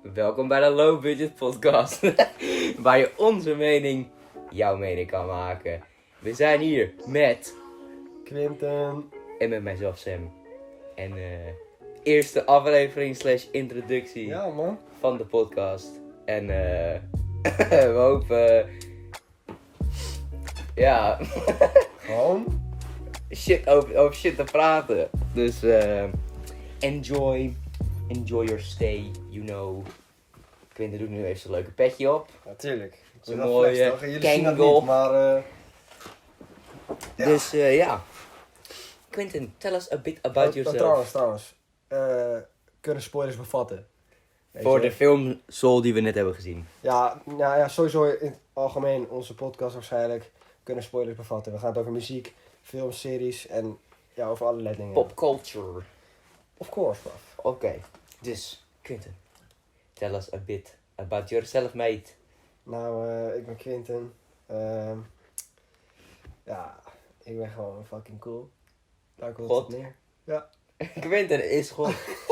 Welkom bij de Low Budget Podcast. Waar je onze mening, jouw mening kan maken. We zijn hier met Quinten. en met mijzelf Sam. En eerste aflevering / introductie Ja, man. van de podcast. En we hopen ja Gewoon. shit over shit te praten. Dus enjoy your stay, you know. Quinten doet nu even zijn leuke petje op. Natuurlijk. Zo'n mooie Jullie zien dat Kangol. niet, maar... ja. Dus ja. Quinten, tell us a bit about yourself. Trouwens. Kunnen spoilers bevatten? Weet Voor je? de film Soul die we net hebben gezien. Ja, nou ja, sowieso in het algemeen onze podcast waarschijnlijk kunnen spoilers bevatten. We gaan het over muziek, films, series en ja, over allerlei dingen. Pop culture. Of course, bro. Oké, dus Quinten, tell us a bit about yourself, mate. Nou, ik ben Quinten. Ja, ik ben gewoon fucking cool. Daar komt God. het neer. Ja. Quinten is goed.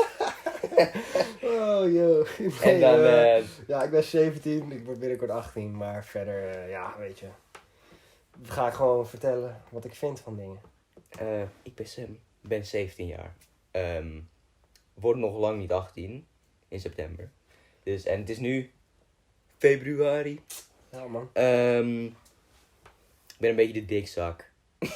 Oh, yo. En dan, Ja, ik ben 17, ik word binnenkort 18, maar verder, ja, weet je. Ga ik gewoon vertellen wat ik vind van dingen. ik ben Sam, ben 17 jaar. Word nog lang niet 18 in september. Dus, en het is nu februari. Ja, man. Ik ben een beetje de dikzak.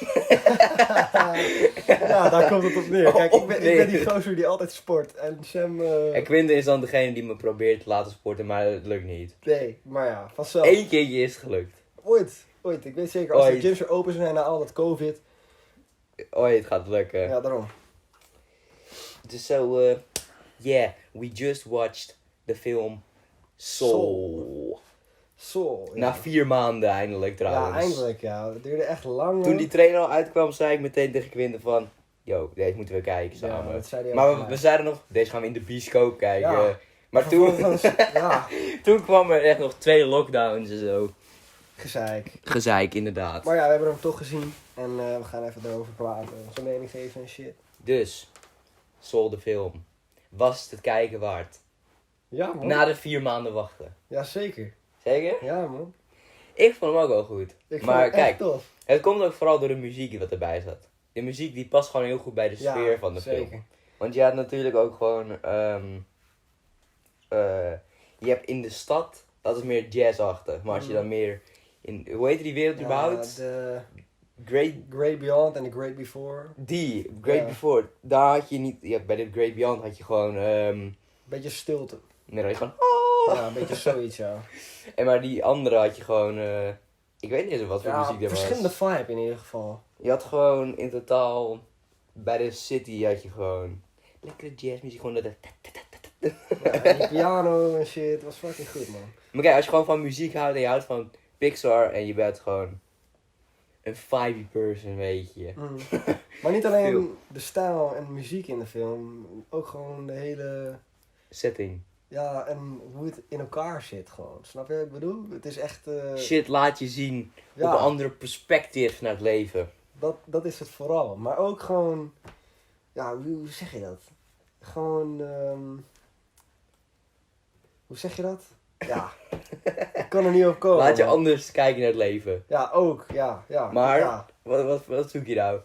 Ja, daar komt het op neer. Kijk, ik ben Nee. die gozer die altijd sport. En Sam, En Quinten is dan degene die me probeert te laten sporten, maar het lukt niet. nee, maar ja, vanzelf. Eén keertje is het gelukt. Ooit. Ik weet zeker, als de Ooit. gyms weer open zijn na al dat covid. Ooit, het gaat lukken. Ja, daarom. Dus zo, yeah, we just watched the film Soul. Soul, ja. Na 4 maanden eindelijk trouwens. Ja, eindelijk, ja. Het duurde echt lang. Toen die trailer al uitkwam, zei ik meteen tegen Quinten van... Yo, deze moeten we kijken Ja, samen. dat zei hij ook Maar gelijk. we zeiden nog, deze gaan we in de bioscoop kijken. Ja. Maar toen, Vervolgens, ja, toen kwam er echt nog 2 lockdowns en zo. gezeik. Gezeik, inderdaad. Maar ja, we hebben hem toch gezien. En we gaan even erover praten. Onze mening geven en shit. Dus, Soul de film. Was het kijken waard? Ja, man. Na de 4 maanden wachten. Ja, zeker. Zeker? Ja, man. Ik vond hem ook wel goed. Ik vond Maar het echt kijk, tof. het komt ook vooral door de muziek wat erbij zat. De muziek die past gewoon heel goed bij de Ja, sfeer van de zeker. film. Want je had natuurlijk ook gewoon... je hebt in de stad, dat is meer jazzachtig. Maar als je dan meer in... Hoe heet die wereld überhaupt? De Great... Great Beyond en The Great Before. Die, Great Ja. Before. Daar had je niet... Ja, bij de Great Beyond had je gewoon... Beetje stilte. nee, dan had je gewoon... Oh! Ja, een beetje zoiets, ja. En maar die andere had je gewoon... ik weet niet eens wat voor Ja, muziek er was. verschillende vibe in ieder geval. Je had gewoon in totaal... Bij de City had je gewoon... Lekkere jazzmuziek, gewoon... Ja, en die piano en shit. Het was fucking goed, man. Maar kijk, als je gewoon van muziek houdt en je houdt van Pixar en je bent gewoon een vibey person, weet je. Maar niet alleen Veel. de stijl en muziek in de film. Ook gewoon de hele... Setting. Ja, en hoe het in elkaar zit gewoon. Snap je wat ik bedoel? Het is echt... Shit laat je zien ja, op een andere perspectief naar het leven. dat is het vooral. Maar ook gewoon... Ja, hoe zeg je dat? Gewoon... hoe zeg je dat? Ja. Ik kan er niet op komen. Laat je man. anders kijken naar het leven. Ja, ook. Ja. Maar- Ja. Wat zoek je nou?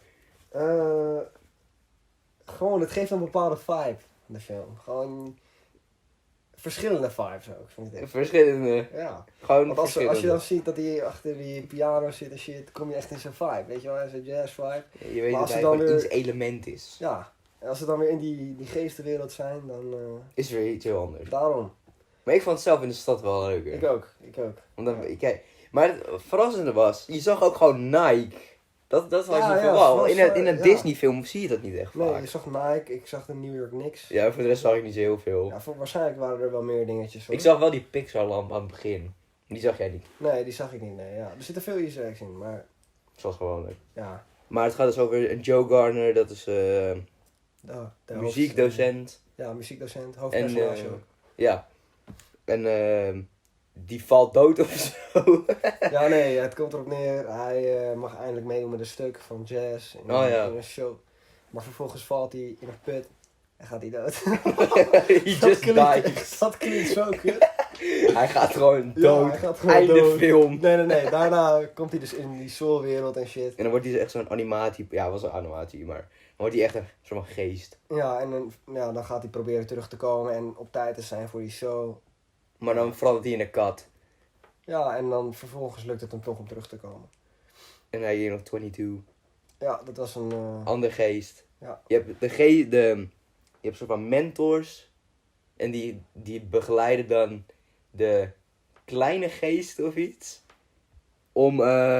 Gewoon, het geeft een bepaalde vibe, de film. Gewoon... Verschillende vibes ook, vind ik. Verschillende. Ja. Gewoon Want als je verschillende. dan ziet dat hij achter die piano zit en shit, kom je echt in zijn vibe. Weet je wel, in zijn jazz vibe. Je weet Maar dat als hij je dan gewoon weer- iets element is. Ja. En als ze dan weer in die geestenwereld zijn, dan... Is weer iets heel anders. daarom. Maar ik vond het zelf in de stad wel leuker. Ik ook. Want dan, Ja. kijk, maar het verrassende was, je zag ook gewoon Nike. Dat had Ja, ik niet ja, verwacht. zoals, In een ja. Disney film zie je dat niet echt Nee, vaak. je zag Nike, ik zag de New York Knicks. Ja, voor de rest zag ik niet zo heel veel. Ja, waarschijnlijk waren er wel meer dingetjes. Hoor. Ik zag wel die Pixar lamp aan het begin. Die zag jij niet. Nee, die zag ik niet. Nee, ja. Er zitten veel easter eggs in, maar Zoals gewoonlijk. ja. Maar het gaat dus over een Joe Garner, dat is De muziekdocent. Ja, muziekdocent, En hoofdpersonage ook. ja. En die valt dood of zo. Ja, nee, het komt erop neer. Hij mag eindelijk meedoen met een stuk van jazz in, Oh, ja. in een show. Maar vervolgens valt hij in een put Hij gaat niet dood. He just died. Dat klinkt zo kut. Hij gaat gewoon Ja, dood. hij gaat gewoon Einde dood. film. Nee. Daarna komt hij dus in die soulwereld en shit. En dan wordt hij echt zo'n animatie. Ja, was een animatie, maar dan wordt hij echt een soort van geest. Ja, en dan gaat hij proberen terug te komen en op tijd te zijn voor die show. Maar dan verandert hij in een kat. Ja, en dan vervolgens lukt het hem toch om terug te komen. En hij hier nog 22. Ja, dat was een... Ander geest. Ja. Je hebt je hebt soort van mentors. En die begeleiden dan de kleine geest of iets. Om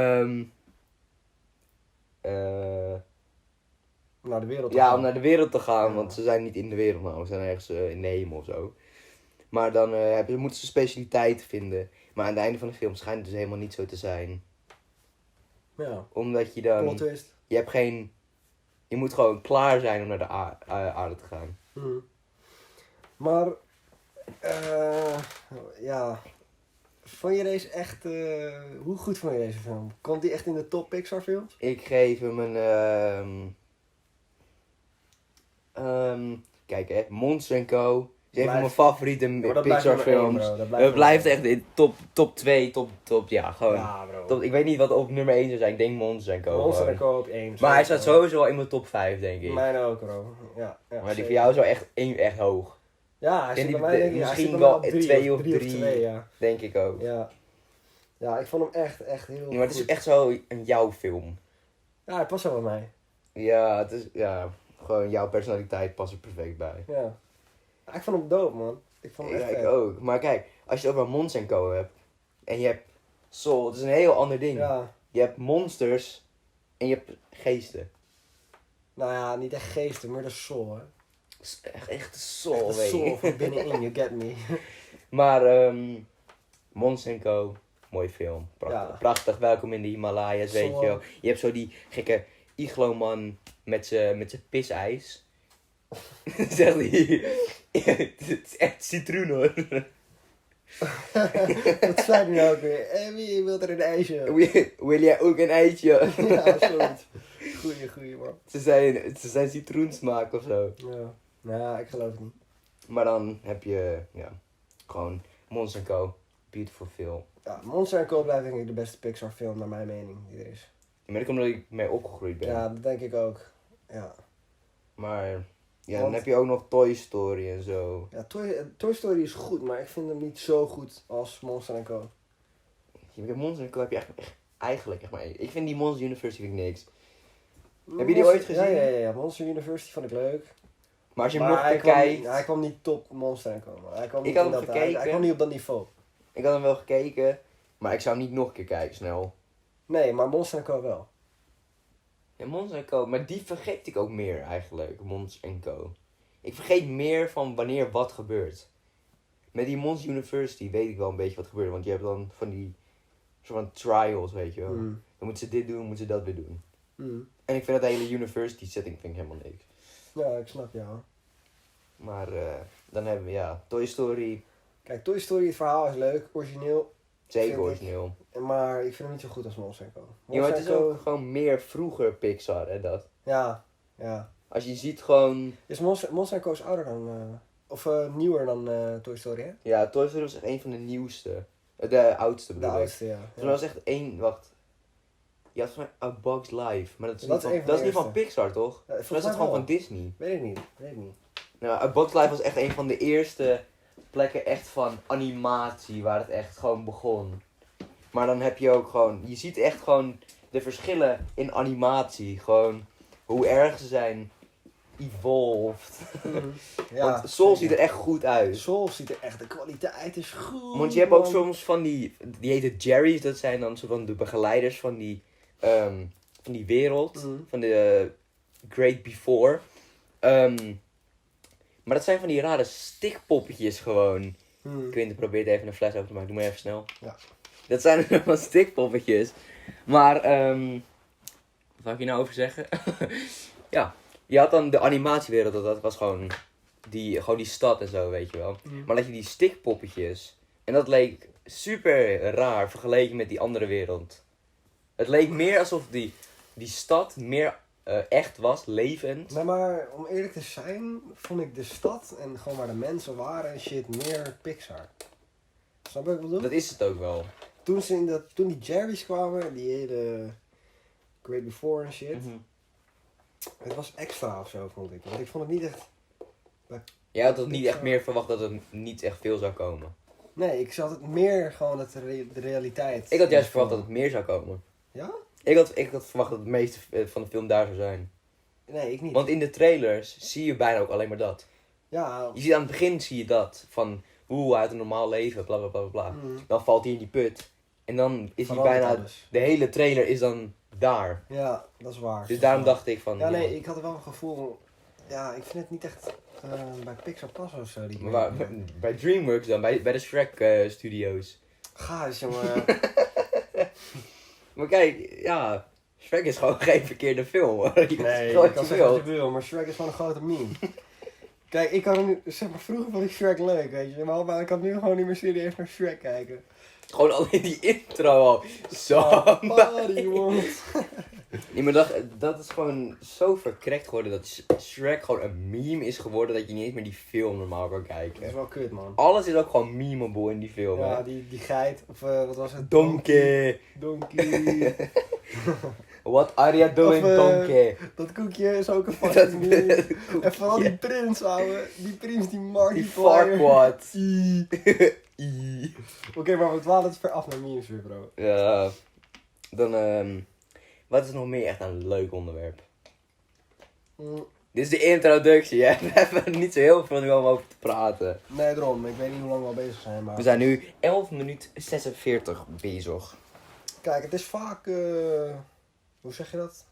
naar de wereld te ja, gaan. om naar de wereld te gaan. Ja. Want ze zijn niet in de wereld nou. Ze zijn ergens in de hemel of zo. Maar dan moeten ze specialiteiten vinden. Maar aan het einde van de film schijnt het dus helemaal niet zo te zijn. Ja, Omdat je dan... plot twist. Je hebt geen... Je moet gewoon klaar zijn om naar de aarde te gaan. Maar, ja, vond je deze echt, hoe goed vond je deze film? Komt die echt in de top Pixar films? Ik geef hem een... kijk hè, Monster & Co. is een van mijn favoriete Maar dat Pixar blijft nummer één, films. bro. Dat Het blijft nummer echt in top 2, top, ja, gewoon. Ja, bro. Top, ik weet niet wat op nummer 1 zou zijn, ik denk Monster & Co. Monster gewoon. & Co op 1. Maar hij staat sowieso al in mijn top 5, denk ik. Mijn ook, bro. Ja, maar die zeker. voor jou is wel echt hoog. Ja, hij En zit die bij mij denk ik, misschien hij zit bij mij wel op 3 2 of 3 3. ja. Denk ik ook. Ja. Ja, ik vond hem echt heel Ja, maar het is goed. echt zo een jouw film. Ja, hij past wel bij mij. Ja, het is, gewoon jouw personaliteit past er perfect bij. Ja. Ja, ik vond hem dope, man. Ik vond hem Ja, echt ik vet. ook. Maar kijk, als je het over Monster & Co hebt, en je hebt Soul, het is een heel ander ding. Ja. Je hebt monsters, en je hebt geesten. Nou ja, niet echt geesten, maar de soul, hè. Het is echt Soul, Echt de weet je. soul van binnenin, you get me. Maar, Monster & Co, mooi film. Prachtig. Ja. Prachtig, welkom in de Himalaya's, weet Soul. je wel. Je hebt zo die gekke iglo-man met zijn pisijs. Zegt hij, het is echt citroen hoor. Wat zei hij nou ook weer? Wie wil er een ijsje? Wil jij ook een eitje? Ja, zoiets. Goeie, man. Ze zijn citroensmaak of zo. Ja. Nou, ik geloof het niet. Maar dan heb je, gewoon Monster & Co. Beautiful film. Ja, Monster & Co blijft denk ik de beste Pixar film, naar mijn mening, die er is. Maar dat komt omdat ik mee opgegroeid ben. Ja, dat denk ik ook. Ja. Maar, dan Want- heb je ook nog Toy Story en zo. Ja, Toy Story is goed, maar ik vind hem niet zo goed als Monster & Co. Met Monster & Co. heb je eigenlijk echt maar één. Ik vind die Monster University vind ik niks. Heb je die ooit gezien? Ja. Monster University vond ik leuk. Maar als je hem Maar nog hij een keer kijkt... kwam, hij kwam niet top Monster & Co. Maar hij kwam Ik niet had in hem dat- gekeken. Hij kwam niet op dat niveau. Ik had hem wel gekeken, maar ik zou hem niet nog een keer kijken snel. Nee, maar Monster & Co wel. Ja, Monster & Co. Maar die vergeet ik ook meer eigenlijk, Monster & Co. Ik vergeet meer van wanneer wat gebeurt. Met die Monster University weet ik wel een beetje wat gebeurt. Want je hebt dan van die soort van trials, weet je wel. Mm. Dan moeten ze dit doen, moeten ze dat weer doen. Mm. En ik vind dat hele university setting vind ik helemaal niks. Ja, ik snap jou. Maar dan hebben we Toy Story. Kijk, Toy Story, het verhaal is leuk, origineel. Zeker Vind ik. origineel. Maar ik vind hem niet zo goed als Monster & Co. Ja, maar het is Monster & Co. ook gewoon meer vroeger Pixar, hè, dat. Ja. Als je ziet gewoon... Is Monster & Co. is ouder dan... nieuwer dan Toy Story, hè? Ja, Toy Story was echt een van de nieuwste. De oudste De bedoel ik. oudste, ja. Toen was echt één... Wacht. Je had van A Bug's Life. Maar dat is, Dat niet, is van, een van dat is de niet van eerste. Pixar, toch? Ja, volgens Dat is mij gewoon wel. van Disney. Weet ik niet. Nou, A Bug's Life was echt een van de eerste plekken echt van animatie. Waar het echt gewoon begon. Maar dan heb je ook gewoon... Je ziet echt gewoon de verschillen in animatie. Gewoon hoe erg ze zijn evolved. Ja, Want Soul zeker. ziet er echt goed uit. Soul ziet er echt, de kwaliteit is goed. Want je hebt ook man. soms van die heten Jerry's, dat zijn dan zo van de begeleiders van die wereld, Mhm. van de Great Before. Maar dat zijn van die rare stikpoppetjes gewoon. Hmm. Quinten probeert even een fles open te maken, doe maar even snel. Ja. Dat zijn van stikpoppetjes. Maar, wat zou ik hier nou over zeggen? Ja, je had dan de animatiewereld, dat was gewoon die stad en zo, weet je wel. Mhm. Maar dat je die stikpoppetjes, en dat leek super raar vergeleken met die andere wereld. Het leek meer alsof die stad meer echt was, levend. Nee, maar om eerlijk te zijn, vond ik de stad en gewoon waar de mensen waren en shit meer Pixar. Snap je wat ik bedoel? Dat is het ook wel. Toen die Jerry's kwamen, die hele Great Before en shit. Mhm. Het was extra of zo, vond ik. Want ik vond het niet echt... Jij had het niet echt meer verwacht dat er niet echt veel zou komen. Nee, ik zat het meer gewoon de realiteit. Ik had juist verwacht dat het meer zou komen. Ja? Ik had verwacht dat het meeste van de film daar zou zijn. Nee, ik niet. Want in de trailers zie je bijna ook alleen maar dat. Ja. Je ziet aan het begin zie je dat. Van hoe hij uit een normaal leven, bla bla bla bla. Mm. Dan valt hij in die put. En dan is hij Verandert bijna... alles. De hele trailer is dan daar. Ja, dat is waar. Dus daarom dacht ik van... Ja, nee, ik had wel een gevoel... Ja, ik vind het niet echt bij Pixar passen of zo. Die Maar waar- bij DreamWorks dan, bij de Shrek studios. Ga eens, jongen. Maar kijk, ja... Shrek is gewoon geen verkeerde film hoor. Je Nee, kan ik wat kan je zeggen wat wilt. je wil, maar Shrek is gewoon een grote meme. Kijk, ik kan nu, zeg maar, vroeger vond ik Shrek leuk, weet je. Maar ik kan nu gewoon niet meer serieus naar Shrek kijken. Gewoon alleen die intro al. Somebody wants... Nee, maar dat is gewoon zo verkrekt geworden dat Shrek gewoon een meme is geworden dat je niet eens meer die film normaal kan Dat kijken. is wel kut, man. Alles is ook gewoon memeable in die film. Ja, hè. die geit, of wat was het? Donkey. Donkey. What are you doing, Of, Donkey? Dat koekje is ook een Dat fucking meme. koekje. En vooral die prins, ouwe. Die prins, die Markiplier. Die Farquaad. Ie. Ie. Oké, maar we dwalen het ver af naar memes weer, bro. Ja. Dan, wat is nog meer echt een leuk onderwerp? Mm, Dit is de introductie, hè? We hebben niet zo heel veel nu om over te praten. Nee, daarom. Ik weet niet hoe lang we al bezig zijn, maar... We zijn nu 11 minuten 46 bezig. Kijk, het is vaak... hoe zeg je dat?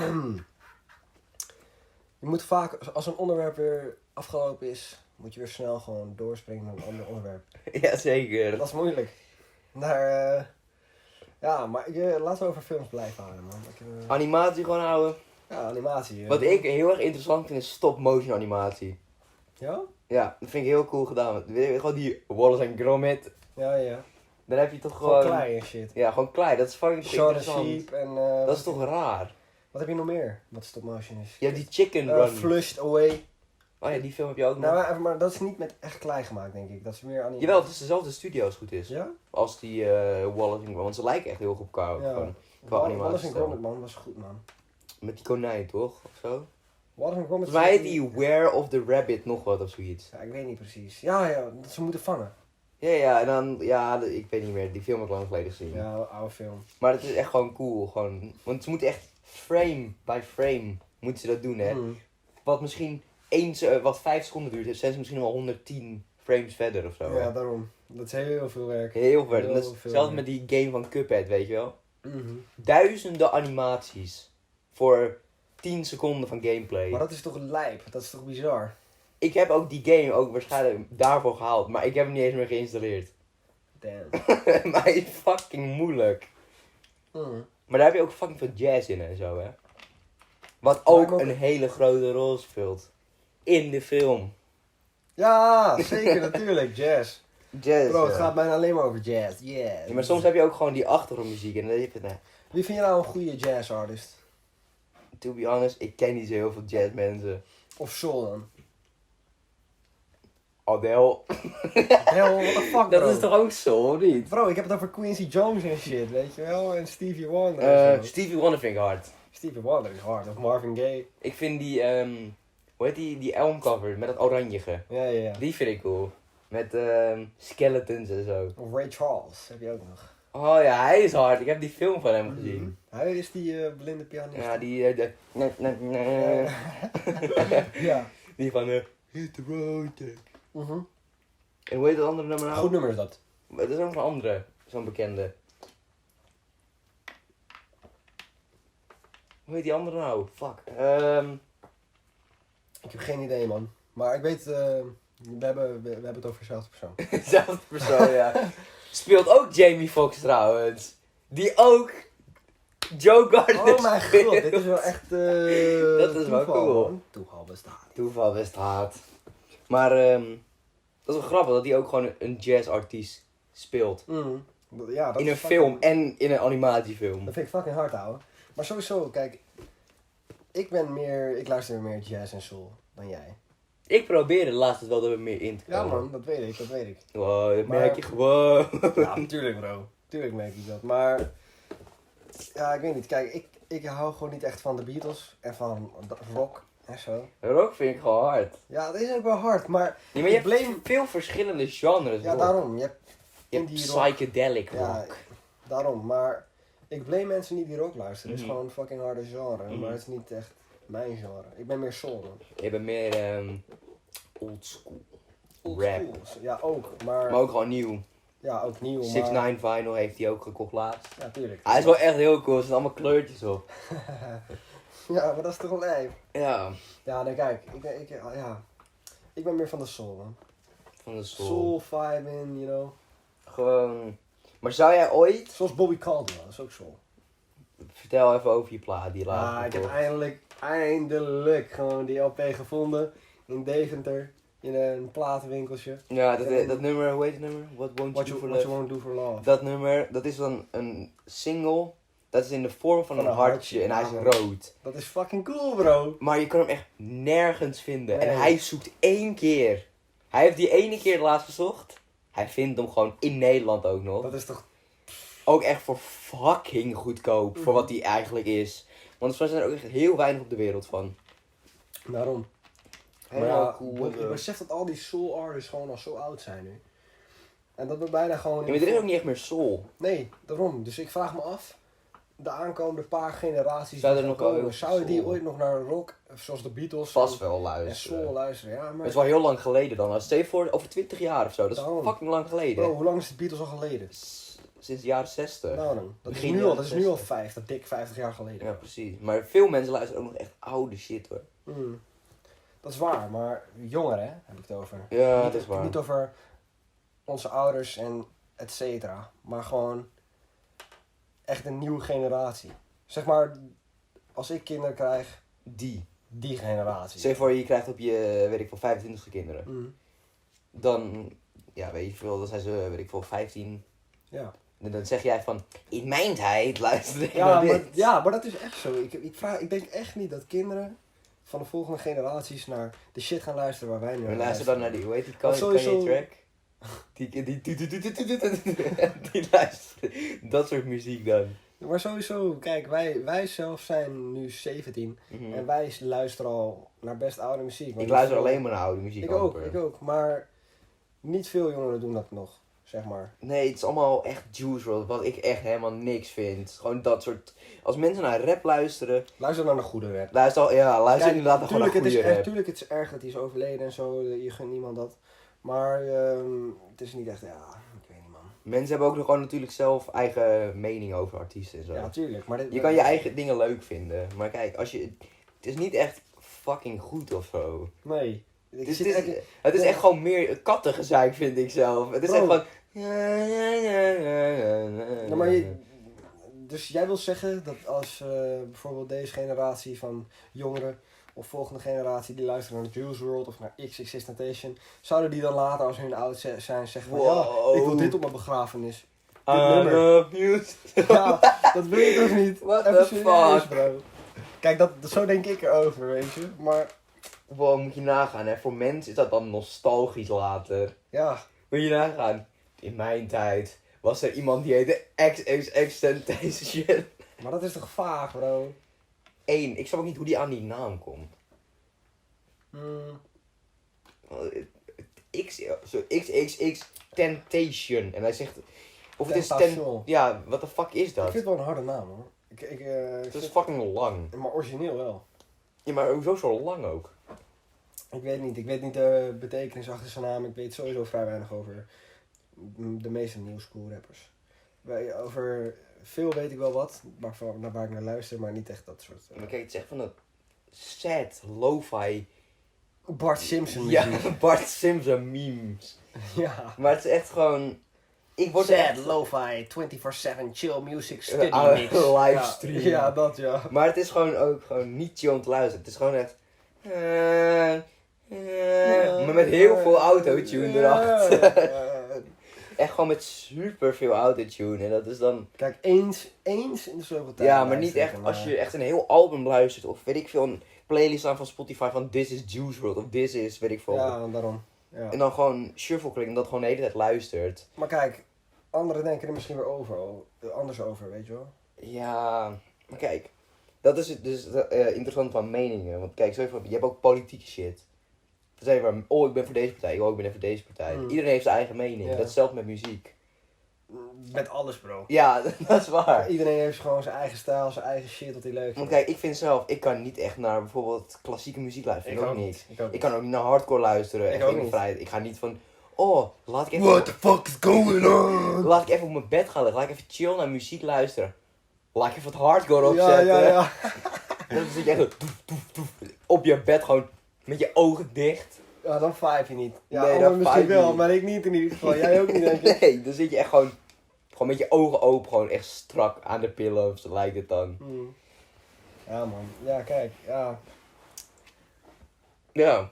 Je moet vaak, als een onderwerp weer afgelopen is, moet je weer snel gewoon doorspringen naar een ander onderwerp. Jazeker. Dat is moeilijk. Maar, ja, maar laten we over films blijven houden, man. Animatie gewoon houden. Ja, animatie. Wat ik heel erg interessant vind is stop-motion animatie. Ja? Ja, dat vind ik heel cool gedaan. Weet je, gewoon die Wallace en Gromit. Ja, ja. Dan heb je toch Gewoon gewoon... klei en shit. Ja, gewoon klei. Dat is fucking Shaun the interessant. Sheep en... Dat is toch raar? Wat heb je nog meer? Wat stop motion is? Je hebt die Chicken Run. Flushed Away. Oh ja, die film heb je ook nog. Nou, maar dat is niet met echt klei gemaakt, denk ik. Dat is meer animatie. Jawel, het is dezelfde studio als het goed is. Ja? Als die Wallace en Gromit. Want ze lijken echt heel goed op elkaar. Ja. Gewoon, qua Wallace animatie. and Gromit, man. Was goed, man. Met die konijn, toch? Of zo? Wallace and Gromit... Volgens mij heet die Where of the Rabbit nog wat of zoiets. Ja, ik weet niet precies. Ja, dat ze moeten vangen. Ja, en dan... Ja, ik weet niet meer. Die film heb ik lang geleden gezien. Ja, oude film. Maar het is echt gewoon cool. Gewoon, want ze moeten echt frame by frame moeten ze dat doen, hè. Mm. Wat misschien wat 5 seconden duurt, zijn ze misschien wel 110 frames verder of zo. Ja, hè. daarom. Dat is heel veel werk. Heel ver. Heel Dat is veel hetzelfde werk. met die game van Cuphead, weet je wel. Mhm. Duizenden animaties voor 10 seconden van gameplay. Maar dat is toch lijp? Dat is toch bizar? Ik heb ook die game ook waarschijnlijk daarvoor gehaald, maar ik heb hem niet eens meer geïnstalleerd. Damn. Maar hij is fucking moeilijk. Mm. Maar daar heb je ook fucking veel jazz in en zo, hè. Wat Lijkt ook me ook- een hele grote rol speelt. In de film. Ja, zeker, natuurlijk. Jazz. Jazz. Bro, het gaat bijna alleen maar over jazz. Yeah. Ja, maar soms heb je ook gewoon die achtergrondmuziek en dan heb je Wie vind je nou een goede jazzartist? to be honest, ik ken niet zo heel veel jazzmensen. Of soul dan? Adele. Hell, what the fuck, bro? Dat is toch ook zo, of niet? Bro, ik heb het over Quincy Jones en shit, weet je wel? En Stevie Wonder en zo. Stevie Wonder vind ik hard. Stevie Wonder is hard. Of Marvin Gaye. Ik vind die, hoe heet die Elm cover met dat oranjige. Ja, ja, ja. Die vind ik cool. Met skeletons en zo. Of Ray Charles heb je ook nog. Oh ja, hij is hard. Ik heb die film van hem gezien. Hij is die blinde pianist. Ja, die, Ja. die van, hit the road. Mhm. En hoe heet dat andere nummer nou? Goed nummer is dat. Dat is ook een andere, zo'n bekende. Hoe heet die andere nou? Fuck. Ik heb geen idee, man. Maar ik weet, we hebben het over dezelfde persoon. Zelfde persoon, ja. Speelt ook Jamie Foxx trouwens. Die ook Joe Gardner Oh mijn speelt. god, dit is wel echt Dat is wel toeval, cool. man. Toeval bestaat. Toeval bestaat. Maar dat is wel grappig dat hij ook gewoon een jazzartiest speelt. Mm. Ja, dat In is een fucking- film en in een animatiefilm. Dat vind ik fucking hard, ouwe. Maar sowieso, kijk. Ik luister meer jazz en soul dan jij. Ik probeerde laatst wel er meer in te komen. Ja man, dat weet ik. Wow, dat Maar- merk je gewoon. Ja, tuurlijk bro. Tuurlijk merk ik dat. Maar, ja, ik weet niet. Kijk, ik hou gewoon niet echt van de Beatles en van rock en zo. Rock vind ik gewoon hard. Ja, dat is ook wel hard, maar Ja, maar je ik blame- hebt veel verschillende genres ja, rock. daarom. Je hebt Je hebt indie rock. psychedelic rock. Ja, daarom. Maar ik blame mensen niet die rock luisteren. Het is Mhm. gewoon een fucking harde genre, Mhm. maar het is niet echt mijn genre. Ik ben meer soul man. Je bent meer old school. Old Rap. school. Ja, ook. Maar, Maar ook gewoon nieuw. ja, ook nieuw. 6ix9ine vinyl heeft hij ook gekocht laatst. Ja, tuurlijk. Hij is wel echt heel cool, er zijn allemaal kleurtjes op. Ja, maar dat is toch wel lijf. Ja, Ja, dan kijk. Ik ben meer van de soul man. van de soul. Soul vibe in, you know. Gewoon. Maar zou jij ooit. Zoals Bobby Caldwell, dat is ook soul. Vertel even over je plaat die laatst. Ah, ik heb gekocht. eindelijk gewoon die LP gevonden in Deventer. In een platenwinkeltje. Ja, dat nummer, hoe heet het nummer? What Won't What You Do you, For what you Love? won't do for love. Dat nummer, dat is dan een single. Dat is in de vorm van Van een een hartje en hij hartje, is ja. rood. Dat is fucking cool, bro. Maar je kan hem echt nergens vinden. En Nee. hij zoekt 1 keer. Hij heeft die ene keer laatst gezocht. Hij vindt hem gewoon in Nederland ook nog. Dat is toch... Ook echt voor fucking goedkoop. Voor wat hij eigenlijk is. Want er zijn er ook echt heel weinig op de wereld van. Daarom. Maar Helemaal ja, cool. ik besef dat al die soul artists gewoon al zo oud zijn nu. En dat we bijna gewoon... Ja, maar er is ook niet echt meer soul. Nee, daarom. Dus ik vraag me af, de aankomende paar generaties Zou die er gaan nog wel komen, heel zouden die soul? ooit nog naar rock, zoals de Beatles Vast wel en luisteren. soul luisteren? Ja, maar Het is wel heel lang geleden dan. Stel je voor, over 20 jaar of zo. Dat is Daarom. fucking lang geleden. bro, hoe lang is de Beatles al geleden? Sinds de jaren 60. Nou dan, dat is Begin nu al, jaren dat is nu al 60. dik 50 jaar geleden. Ja, precies. Maar veel mensen luisteren ook nog echt oude shit hoor. Hmm. Dat is waar, maar jongeren hè, heb ik het over. Ja, niet, dat is waar. Niet over onze ouders en et cetera, maar gewoon echt een nieuwe generatie. Zeg maar, als ik kinderen krijg, die generatie. Stel je voor, je krijgt op je, weet ik veel, 25ste kinderen. Hmm. Dan, ja, weet je veel, dan zijn ze, weet ik veel, 15. Ja. En dan zeg jij van, in mijn tijd luisterde ik Ja, naar maar, dit. ja, maar dat is echt zo. Ik denk echt niet dat kinderen van de volgende generaties naar de shit gaan luisteren waar wij nu We aan luisteren dan naar die, hoe heet die Of Kanye sowieso- track? Die luisteren. Dat soort muziek dan. Maar sowieso, kijk, wij zelf zijn nu 17 Mhm. en wij luisteren al naar best oude muziek. Ik luister alleen maar naar oude muziek. Ik ook, amper. ik ook. Maar niet veel jongeren doen dat nog, zeg maar. Nee, het is allemaal echt Juice WRLD, wat ik echt helemaal niks vind. Gewoon dat soort... Als mensen naar rap luisteren, Luister naar de goede rap. luister inderdaad gewoon naar tuurlijk, goede rap. tuurlijk, het is erg dat hij is overleden en zo. Je gunt niemand dat. Maar het is niet echt, ja, ik weet niet man. Mensen hebben ook nog gewoon natuurlijk zelf eigen mening over artiesten en zo. Ja, tuurlijk. Maar Je kan je eigen dingen leuk vinden. Maar kijk, als je... Het is niet echt fucking goed of zo. Nee. Het is echt gewoon meer kattengezeik, vind ik zelf. Het is echt Bro. gewoon... Ja, maar dus jij wil zeggen dat als bijvoorbeeld deze generatie van jongeren of volgende generatie die luisteren naar Juice WRLD of naar XXXTentacion, zouden die dan later als hun oud zijn zeggen van Wow. ja, ik wil dit op mijn begrafenis. I nummer. love you. Ja, dat wil je toch niet? What Even the serieus, fuck? bro. Kijk, zo denk ik erover, weet je. Maar Wow, moet je nagaan, hè. Voor mensen is dat dan nostalgisch later. ja, Moet je nagaan. In mijn tijd was er iemand die heette XXXTentacion. maar dat is toch vaag, bro. Ik snap ook niet hoe die aan die naam komt. Hmm. XXX Temptation. En hij zegt... Of het is Tentation. Ja, wat de fuck is Ik dat? vind het wel een harde naam, hoor. Ik Het is vind- fucking lang. maar origineel wel. Ja, maar hoezo zo lang ook? Ik weet niet de betekenis achter zijn naam. Ik weet sowieso vrij weinig over de meeste new school rappers. Over veel weet ik wel wat, naar waar ik naar luister, maar niet echt dat soort... Maar kijk, het is echt van dat sad, lo-fi... Bart Simpson Ja, muziek. Bart Simpson memes. Ja. Maar het is echt gewoon... Ik word Sad, echt... lo-fi, 24/7 chill music study oude mix. livestream. Ja, ja, dat ja. Maar het is gewoon ook gewoon niet chill om te luisteren. Het is gewoon echt... maar met heel veel autotune erachter. echt gewoon met super veel autotune. En dat is dan... Kijk, eens in de zoveel tijd. Ja, maar niet echt als je echt een heel album luistert. Of weet ik veel, een playlist aan van Spotify van This is Juice WRLD. Of This is, weet ik veel. Ja, daarom. Ja. En dan gewoon shuffle klikken en dat gewoon de hele tijd luistert. Maar kijk, anderen denken er misschien weer anders over, weet je wel. Ja, maar kijk. Dat is het dus interessant van meningen. Want kijk, je hebt ook politieke shit. Dan zeg je maar, oh ik ben voor deze partij, oh ik ben voor deze partij. Iedereen heeft zijn eigen mening. Ja. Dat is hetzelfde met muziek. Met alles, bro. Ja, dat is waar. Iedereen heeft gewoon zijn eigen stijl, zijn eigen shit wat hij leuk vindt. Want kijk, ik vind zelf, ik kan niet echt naar bijvoorbeeld klassieke muziek luisteren. Ik ook ook niet. Ik ook Ik kan ook niet naar hardcore luisteren. Ik en ook geen niet. vrijheid. Ik ga niet van, oh, laat ik even... What the fuck is going on? Laat ik even op mijn bed gaan liggen. Laat ik even chill naar muziek luisteren. Laat ik even wat hardcore opzetten. Ja. Dan zit je echt zo toef, toef, toef, op je bed gewoon met je ogen dicht. Ja, dan vibe je niet. Ja, Nee, anderen dan misschien vibe je wel, niet. maar ik niet in ieder geval. Jij ook niet, denk ik. Nee, dan zit je echt gewoon met je ogen open, gewoon echt strak aan de pillow, zo lijkt het dan. Ja, man. Ja, kijk. Ja. Ja,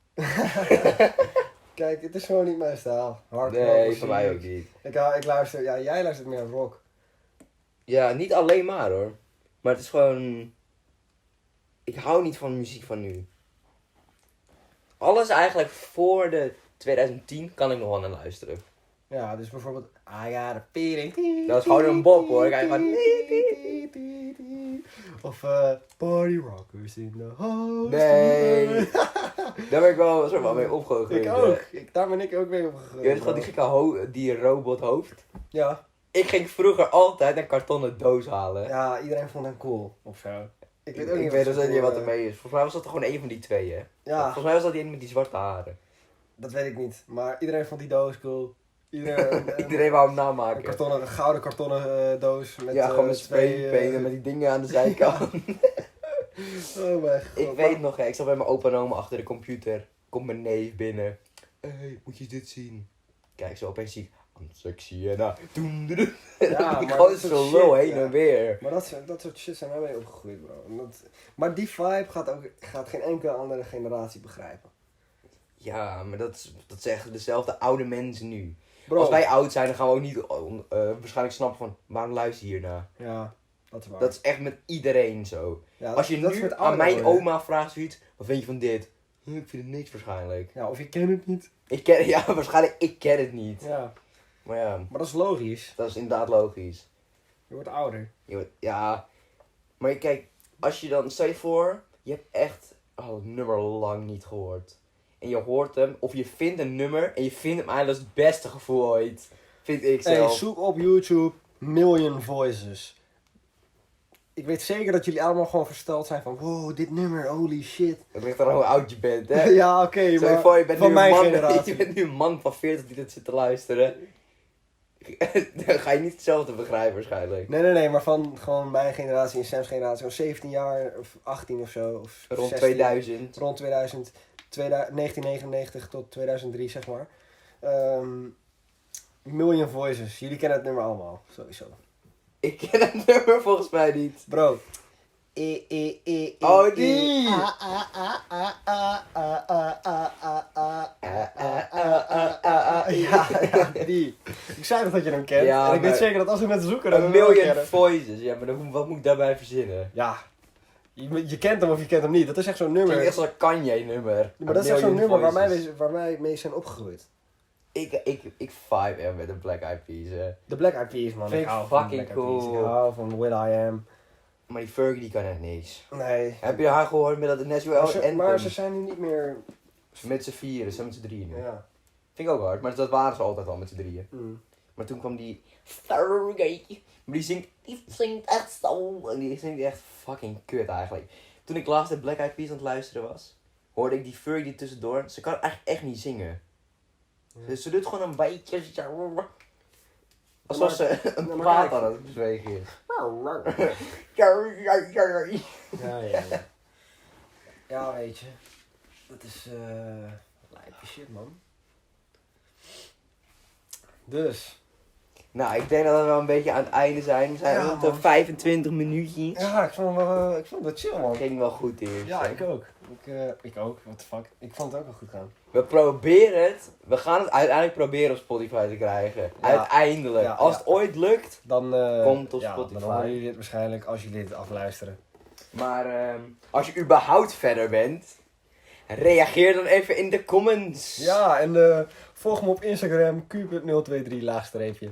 Kijk, het is gewoon niet mijn stijl. Hardcore nee, muziek. voor mij ook niet. Ik luister, ja, jij luistert meer rock. Ja, niet alleen maar hoor. Maar het is gewoon... Ik hou niet van muziek van nu. Alles eigenlijk voor de 2010 kan ik nog wel naar luisteren. Ja, dus bijvoorbeeld I got a feeling. Dat is gewoon een bop hoor. Ik ga gewoon... Of Party Rockers in the house. Nee. Daar ben ik wel een soort van mee opgegroeid. Ik ook. Daar ben ik ook mee Je opgegroeid. weet gewoon die gekke die robothoofd. Ja. Ik ging vroeger altijd een kartonnen doos halen. Ja, iedereen vond hem cool of zo. Ik weet ook Ik niet weet wat dus ze niet wat cool, er mee is. Volgens mij was dat er gewoon één van die twee, hè? Ja, Volgens mij was dat die ene met die zwarte haren. dat weet ik niet. Maar iedereen vond die doos cool. Iedereen, Iedereen wou hem een namaken. een gouden kartonnen doos. Met, Ja, gewoon met twee, spraypenen, met die dingen aan de zijkant. Oh mijn god. Ik weet nog, hè, ik zat bij mijn opa en oma achter de computer. Komt mijn neef binnen. Hey, moet je dit zien? Kijk, zo opeens zie ik, I'm sexy en doen. Ja, Ik maar gooi dat zo soort lul shit, heen ja. en weer. Maar dat soort shit zijn wij mee opgegroeid, bro. En maar die vibe gaat geen enkele andere generatie begrijpen. Ja, maar dat zeggen dezelfde oude mensen nu. Bro. Als wij oud zijn, dan gaan we ook niet waarschijnlijk snappen van, waarom luister je hiernaar? Ja, dat is waar. Dat is echt met iedereen zo. Ja, Als je dat is nu met aan ouder mijn worden. oma vraagt zoiets, wat vind je van dit? Ik vind het niks waarschijnlijk. Ja, of je kent het niet. Waarschijnlijk, ik ken het niet. Ja, Maar ja, maar dat is logisch. dat is inderdaad logisch. Je wordt ouder. Ja, maar kijk, als je dan, stel je voor, je hebt echt het nummer lang niet gehoord. En je hoort hem, of je vindt een nummer en je vindt hem eigenlijk als het beste gevoel ooit. Vind ik Hey, zelf. zoek op YouTube Million Voices. Ik weet zeker dat jullie allemaal gewoon versteld zijn van, wow, dit nummer, holy shit. Het ligt er hoe oud je bent, hè? Ja, oké, Stel je maar voor, je bent van nu een mijn man, generatie. je bent nu een man van 40 die dit zit te luisteren. Dan ga je niet hetzelfde begrijpen waarschijnlijk. Nee, maar van gewoon mijn generatie en Sam's generatie, zo'n 17 jaar of 18 of zo. Of Rond 16, 2000. Rond 1999 tot 2003, zeg maar. Million Voices, jullie kennen het nummer allemaal, sowieso. Ik ken het nummer volgens mij niet. Bro. Oh, die! Ja, die. Ik zei dat je hem kent. Ja, en ik weet maar- zeker dat als we met zoeken, dan A we hem wel Million kennen. Voices. Ja, maar wat moet ik daarbij verzinnen? Ja. Je kent hem of je kent hem niet. Dat is echt zo'n nummer. Klinkt echt zo'n Kanye-nummer. Maar dat is echt zo'n nummer waar wij mee zijn opgegroeid. Ik vibe er met de Black Eyed Peas, hè. De Black Eyed Peas, man. Vind ik hou van fucking Black Eyed Peas. cool. Ik hou van Will I Am. Maar die Fergie die kan echt niks. Nee. Heb je haar gehoord met dat National Maar Anthem? ze zijn nu niet meer... Met z'n vieren, ze zijn met z'n drieën nu. Ja. Vind ik ook hard, maar dat waren ze altijd al met z'n drieën. Maar toen kwam die Fergie. Maar die zingt echt zo. En die zingt echt fucking kut eigenlijk. Toen ik laatst de Black Eyed Peas aan het luisteren was, hoorde ik die Fergie tussendoor. Ze kan eigenlijk echt niet zingen. Ja. Dus ze doet gewoon een beetje zo. Alsof ze een maar plaat kijk. aan het bezwegen is. Ja. Ja, weet je. Dat is lijpe shit, man. Dus. Nou, ik denk dat we wel een beetje aan het einde zijn. We zijn Ja, rond de man. 25 minuutjes. Ja, ik vond het wel chill, man. Dat ging wel goed eerst. Ja, hè. ik ook. Ik ook, what the fuck. Ik vond het ook wel goed gaan. We proberen het. We gaan het uiteindelijk proberen op Spotify te krijgen. Ja. Uiteindelijk. Ja, Als ja. het ooit lukt. Dan, Komt het op ja, Spotify. dan horen jullie dit waarschijnlijk als jullie dit afluisteren. Maar als je überhaupt verder bent. Reageer dan even in de comments. Ja, en volg me op Instagram, q.023 _.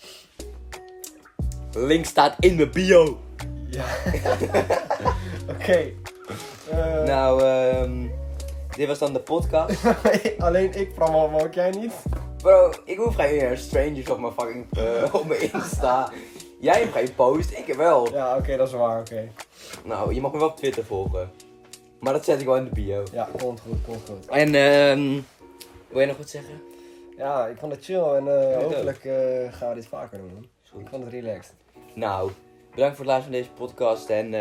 Link staat in mijn bio. Ja. Oké. Nou, dit was dan de podcast. Alleen ik promote jij niet? Bro, ik hoef geen strangers op mijn fucking op mijn Insta. Jij hebt geen post, ik heb wel. Ja, oké, dat is waar, oké. Nou, je mag me wel op Twitter volgen. Maar dat zet ik wel in de bio. Ja, komt goed. En wil je nog wat zeggen? Ja, ik vond het chill en hopelijk gaan we dit vaker doen. Man. Is goed. Ik vond het relaxed. Nou, bedankt voor het luisteren van deze podcast en